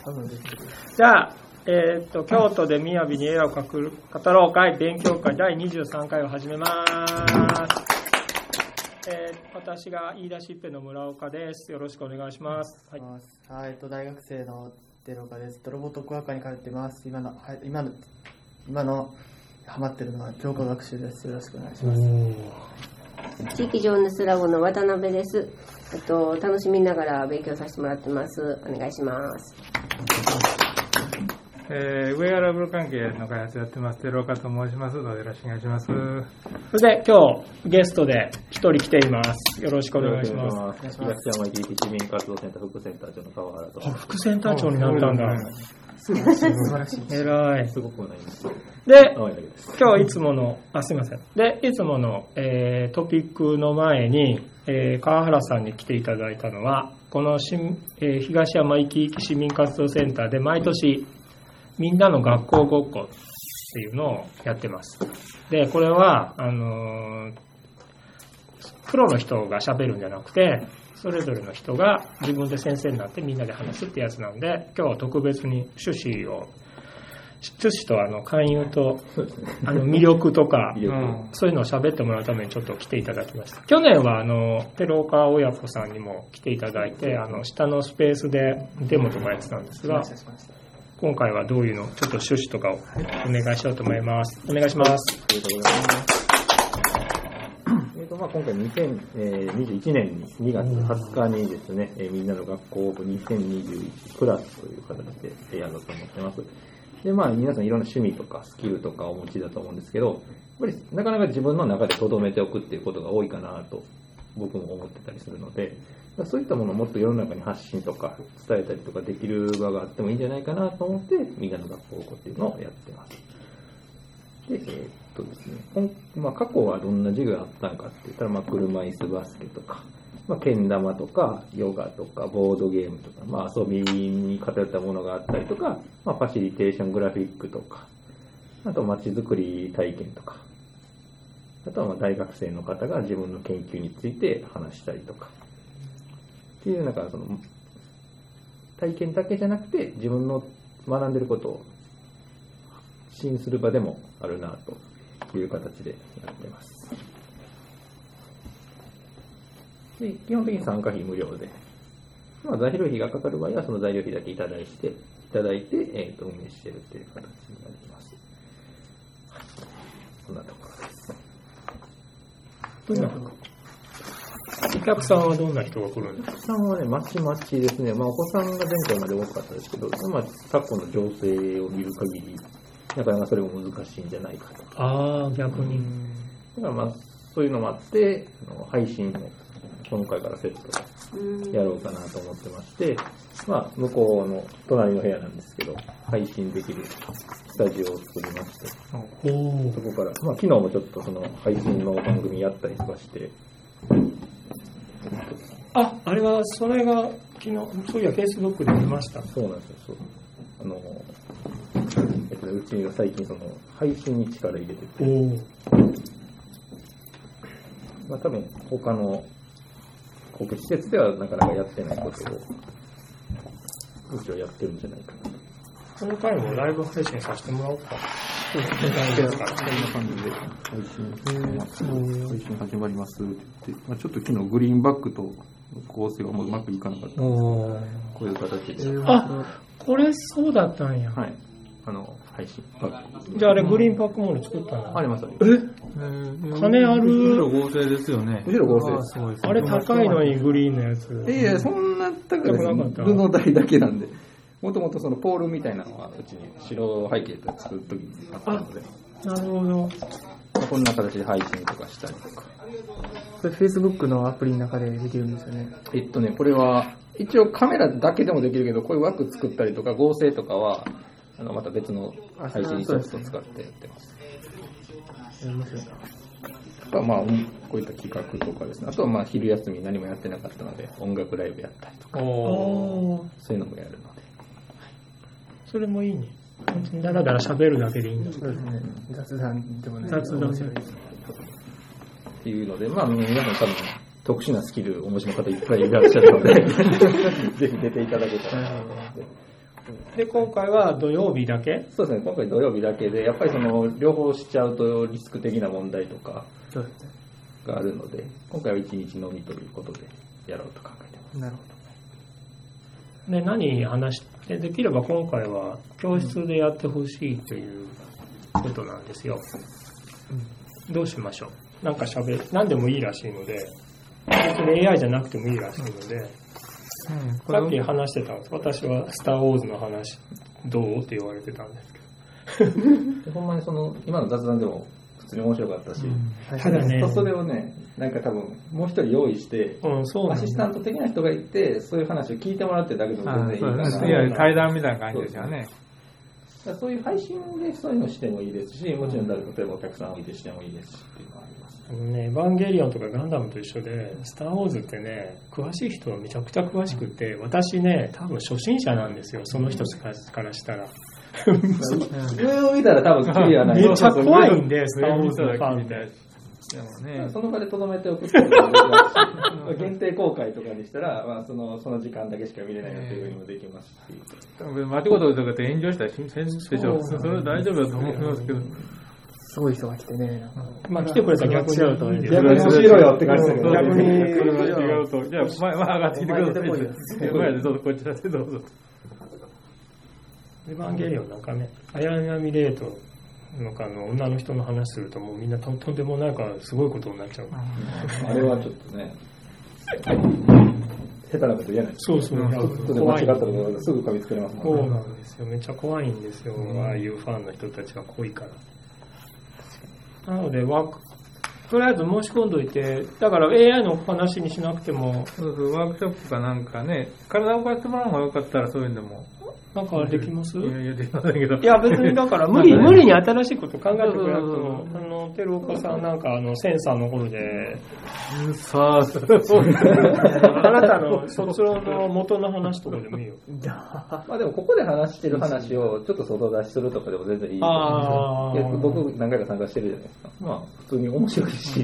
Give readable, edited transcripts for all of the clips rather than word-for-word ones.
じゃあ、京都で雅に絵を語ろう会勉強会第23回を始めます。私が飯田しっぺの村岡です。よろしくお願いします。 はい、大学生の寺岡です。泥棒特化科に通っています。今のハマってるのは教科学習です。よろしくお願いします。 地域情熱ラボの渡辺です。楽しみながら勉強させてもらってます。お願いします。 ウェアラブル関係の開発やってます。寺岡と申します。どうぞよろしくお願いします。 それで今日ゲストで一人来ています。よろしくお願いします。 東山地域市民活動センター副センター長の川原と。 副センター長になったんだ。 素晴らしい。 偉い。 すごくないんですよ。 で、今日いつもの、すいません。で、いつもの、トピックの前に、川原さんに来ていただいたのは、この東山地域市民活動センターで毎年、みんなの学校ごっこっていうのをやってます。で、これは、プロの人が喋るんじゃなくて、それぞれの人が自分で先生になってみんなで話すってやつなんで、今日は特別に趣旨と勧誘と魅力とか、そういうのを喋ってもらうためにちょっと来ていただきました。去年は寺岡親子さんにも来ていただいて、下のスペースでデモとかやってたんですが、今回はどういうの、ちょっと趣旨とかをお願いしようと思います。お願いします。 ありがとうございます。今回2021年2月20日にですね、みんなの学校部2021クラスという形でやろうと思ってます。で、皆さんいろんな趣味とかスキルとかお持ちだと思うんですけど、やっぱりなかなか自分の中で留めておくっていうことが多いかなと僕も思ってたりするので、そういったものをもっと世の中に発信とか伝えたりとかできる場があってもいいんじゃないかなと思って、みんなの学校ごっこっていうのをやってます。で、ですね、過去はどんな授業があったのかって言ったら、車椅子バスケとか、けん玉とか、ヨガとか、ボードゲームとか、遊びに偏ったものがあったりとか、ファシリテーショングラフィックとか、あと街づくり体験とか、あとは大学生の方が自分の研究について話したりとか、っていうその体験だけじゃなくて自分の学んでることを発信する場でもあるなという形でやってます。で、基本的に参加費無料で、材料費がかかる場合はその材料費だけいただいて、運営しているという形になります。こんなところです。 お客さんはどんな人が来るんですか？ お客さんはね、まちまちですね。お子さんが前回まで多かったですけど、昨今の情勢を見る限り、なかなかそれも難しいんじゃないかと。 逆に。 だからそういうのもあって、配信も今回からセットでやろうかなと思ってまして、向こうの隣の部屋なんですけど、配信できるスタジオを作りまして、そこから、昨日もちょっとその配信の番組やったりとかして、 それが昨日、そういや、Facebook で見ました。 そうなんですよ。うちが最近その配信に力入れてて、多分他の公共施設ではなかなかやってないことをうちはやってるんじゃないかなと。 この回もライブ配信させてもらおうか。 そうですね。こんな感じで配信始まりますって言って、ちょっと昨日グリーンバックと構成がもううまくいかなかったんですけど、こういう形で。 これそうだったんや。 はい。配信。 じゃああれグリーンパックモール作ったの？ あります。 金ある？ むしろ合成ですよね。 むしろ合成です。 あれ高いのにグリーンのやつ。 そんな高くなかった。布の台だけなんで。もともとそのポールみたいなのはうちに白背景で作るときにあったので。 なるほど。 こんな形で配信とかしたりとか。 これ Facebook のアプリの中でできるんですよね。 これは一応カメラだけでもできるけど、こういう枠作ったりとか合成とかはまた別の配信ソフトを使ってやってます。 面白いな。 あとはこういった企画とかですね。あとは昼休み何もやってなかったので音楽ライブやったりとか、そういうのもやるので。 それもいいね。だらだら喋るだけでいいんだ。 そうですね。雑談でもね。 雑談です。 っていうので、皆さん多分特殊なスキルお持ちの方いっぱいいらっしゃるのでぜひ出ていただけたらなと思って。 で、今回は土曜日だけ？ そうですね、今回土曜日だけで、やっぱりその両方しちゃうとリスク的な問題とかがあるので、今回は1日のみということでやろうと考えてます。 なるほで、何話して、できれば今回は教室でやってほしいということなんですよ。どうしましょう？なんか何でもいいらしいので、別に AI じゃなくてもいいらしいので、さっき話してたんです。私はスター・ウォーズの話どうって言われてたんですけど。 でほんまにその今の雑談でも普通に面白かったし、 ただね、 それをね、なんか多分もう一人用意して、アシスタント的な人がいて、そういう話を聞いてもらってるだけでも全然いいから。 いや、対談みたいな感じですよね。 そういう配信でそういうのしてもいいですし、もちろん例えばお客さんを置いてしてもいいですしっていうのはあります。 エヴァンゲリオンとかガンダムと一緒で、スター・ウォーズってね、詳しい人はめちゃくちゃ詳しくて、私ね、多分初心者なんですよ、その人からしたら。 上を見たら多分クリアない。 めっちゃ怖いんで、スター・ウォーズのファンみたいな。 でもね、その場で留めておくっていうのは限定公開とかにしたら、まあ、その時間だけしか見れないよっていうふうにもできますし。 間違こととかって炎上したら先生でしょ。それは大丈夫だと思いますけど。 すごい人が来てね、 まあ来てくれたら逆に違うと思う。 逆にしろよって感じだけど。 逆に違うと。じゃあ、前上がってきてください。前でどうぞ、こちらでどうぞ。 エヴァンゲリオンなんかね、綾波レイとなんか女の人の話するともうみんなとんでもないからすごいことになっちゃう。 あれはちょっとね、下手なこと言えない。 そうそう。 ちょっとで間違ったらすぐ噛みつけれますもんね。 そうなんですよ。めっちゃ怖いんですよ。ああいうファンの人たちが濃いから。なのでとりあえず申し込んどいて、だから AI の話にしなくても、 そうそう、ワークショップかなんかね、体を動かしてもらうのがよかったらそういうのも。 なんかできます？ いや、できませんけど。 いや、別にだから無理に新しいこと考えてくれなくても、照岡さんなんかセンサーの頃で、 さあ、 あなたの卒論の元の話とかでもいいよ。 まあでもここで話してる話をちょっと外出しするとかでも全然いいと思うんですよ。僕何回か参加してるじゃないですか。まあ普通に面白いし。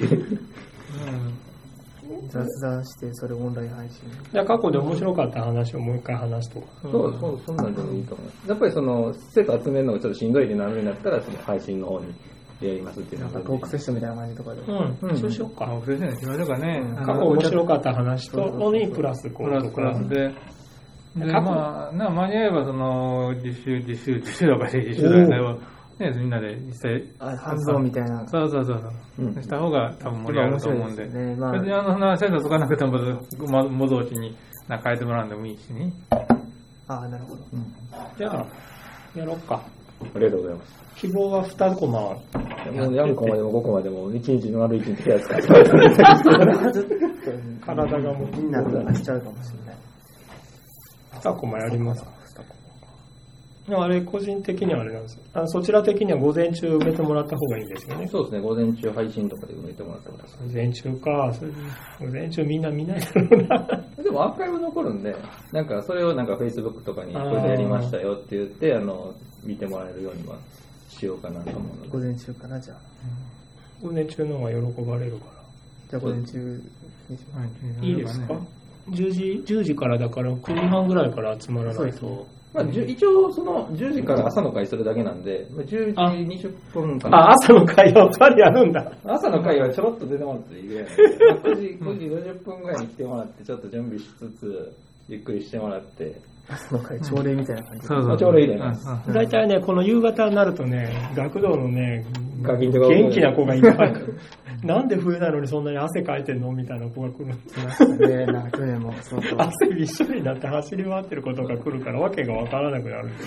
雑談してそれオンライン配信。 じゃあ過去で面白かった話をもう一回話すとか。 そんなんでもいいと思います。やっぱりその生徒集めるのがちょっとしんどいってなるんだったらその配信の方にやりますっていうのが。 トークセッションみたいな感じとかで。 そうしようか。 トークセッションにしましょうかね。 過去面白かった話とにプラスこうとか。 プラスで。まあ間に合えばその実習とかで実習だよ。ね、みんなで実際ハンズオンみたいな。 そう、した方が多分盛り上がると思うんで。別にセンサーつかなくても模造紙に変えてもらうんでもいいしね。 なるほど。 じゃあやろうか。 ありがとうございます。 希望は2コマ。もう 4コマでも5コマでも1日の丸1日手扱って体がもうみんながしちゃうかもしれない。 2コマやりますか。あれ個人的にはあれなんですよ。そちら的には午前中埋めてもらった方がいいんですよね。 そうですね。午前中配信とかで埋めてもらったら。 午前中か。午前中みんな見ないだろうな。 でもアーカイブ残るんで、なんかそれをなんか Facebook とかにこれでやりましたよって言って見てもらえるようにはしようかなと思うので。 午前中かなじゃあ。 午前中の方が喜ばれるから。 じゃあ午前中にします。 いいですか？10時からだから9時半ぐらいから集まらないと。 まあ、一応その10時から朝の会するだけなんで、10時20分かな。朝の会やっぱりやるんだ。 朝の会はちょろっと出てもらっていいぐらいなんで、9時50分ぐらいに来てもらって、ちょっと準備しつつ、ゆっくりしてもらって。 朝の会、朝礼みたいな感じ。 そう朝礼みたいな。 大体ね、この夕方になるとね、学童のね、元気な子がいっぱい来る。なんで冬なのにそんなに汗かいてんのみたいな子が来るんですね。去年もそうそう。 汗びっしょりになって走り回ってる子とか来るからわけがわからなくなる。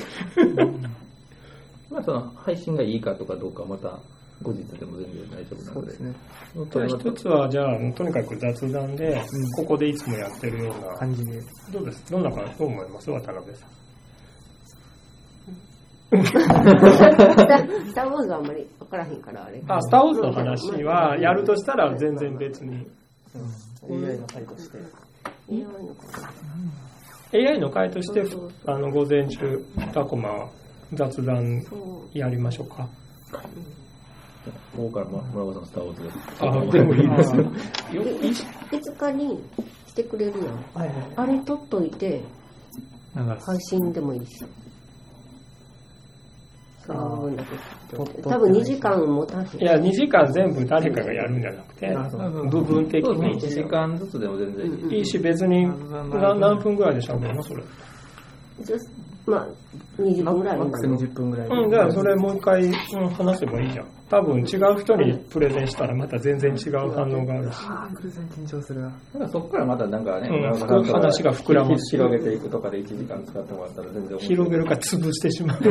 まあその配信がいいかとかどうかまた後日でも全然大丈夫なので。 そうですね。 じゃあ一つはじゃあとにかく雑談で、ここでいつもやってるような感じで。 どうです？どう思います渡辺さん。 スター・ウォーズはあんまり分からへんからあれ。 スター・ウォーズの話はやるとしたら全然別に。 AI の回として。 AI の回として午前中2コマ雑談やりましょうか。 ここから村岡さんスター・ウォーズで。でもいいですよ。 5日にしてくれるやん。あれ取っといて配信でもいいし。 その部分だけ。多分2時間持たない。 いや、2時間全部誰かがやるんじゃなくて、部分的に。 1時間ずつでも全然いい。 いいし、別に何分ぐらいで喋るのそれ。 まあ、20分ぐらい。 マックス20分ぐらい。 じゃあそれもう一回話せばいいじゃん。多分違う人にプレゼンしたらまた全然違う反応があるし。 プレゼン緊張するな。 そこからまたなんかね、 話が膨らむし。 広げていくとかで1時間使ってもらったら全然広げるか潰してしまう。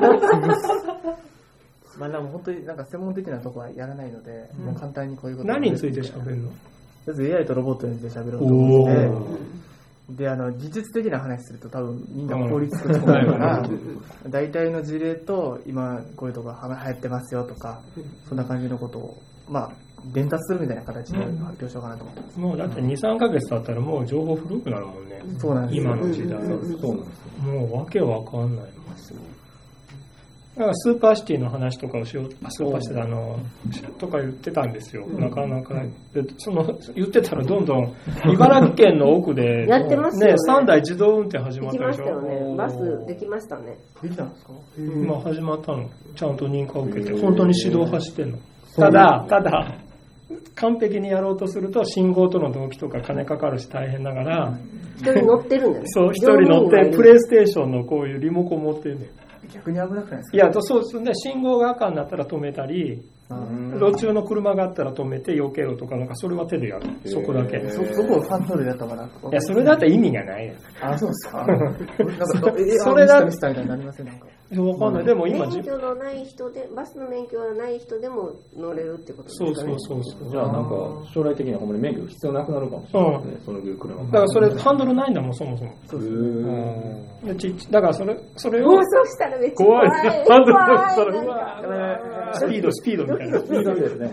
まあでも本当になんか専門的なところはやらないので、もう簡単にこういうこと。 何について喋るの？ まず AI とロボットについて喋ろうと思って、で、技術的な話すると多分みんな効率化とかだから、大体の事例と今こういうとこが流行ってますよとか、そんな感じのことを、まあ、伝達するみたいな形で発表しようかなと思ってます。 もうだって2、3ヶ月経ったらもう情報古くなるもんね。 そうなんですよ。 今の時代。 そうなんですよ。 もうわけわかんない。だからスーパーシティの話とかをしよう、スーパーシティとか言ってたんですよ。なかなか。で言ってたらどんどん茨城県の奥で、 やってますよね。 3台自動運転始まったでしょ。 できましたよね。バスできましたね。 できたんですか？ 今始まったの。ちゃんと認可を受けて、本当に指導走ってんの。ただ、完璧にやろうとすると信号との同期とか金かかるし大変だから、 一人乗ってるんだよね。 そう、一人乗ってプレイステーションのこういうリモコン持ってんねん。 逆に危なくないですか？ いや、そうですね。信号が赤になったら止めたり、路中の車があったら止めて避けろとか、なんかそれは手でやる。そこだけ。 そこをファントルだったかな。 いや、それだったら意味がないやん。 あ、そうですか。なんかそれだミスターみたいになりません？なんか。 わかんない。でも今免許のない人で、バスの免許がない人でも乗れるってことですかね。 そう。 じゃあなんか将来的にはほんまに免許必要なくなるかもしれないですね。その車。 だからそれハンドルないんだもん、そもそも。 そうですね。 だからそれを。 暴走したらめっちゃ怖い。ハンドル怖いしたら、うわスピードみたいな。 スピードですね。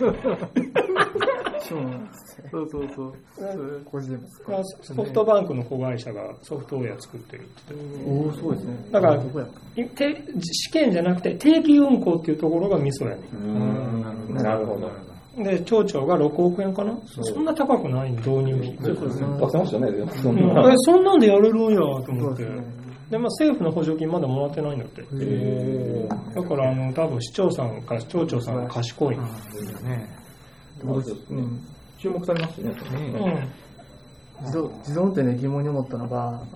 そう。 ソフトバンクの子会社がソフトウェア作ってるって言って。 おお、そうですね。 だから試験じゃなくて定期運行っていうところがミソやね。 なるほど。 で町長が6億円かな。そんな高くない導入費。 出せましたね。 そんなんでやれるんやと思って。で政府の補助金まだもらってないんだって。だから多分市長さんか町長さんが賢い。 注目されますね。 自動運転で疑問に思ったのが、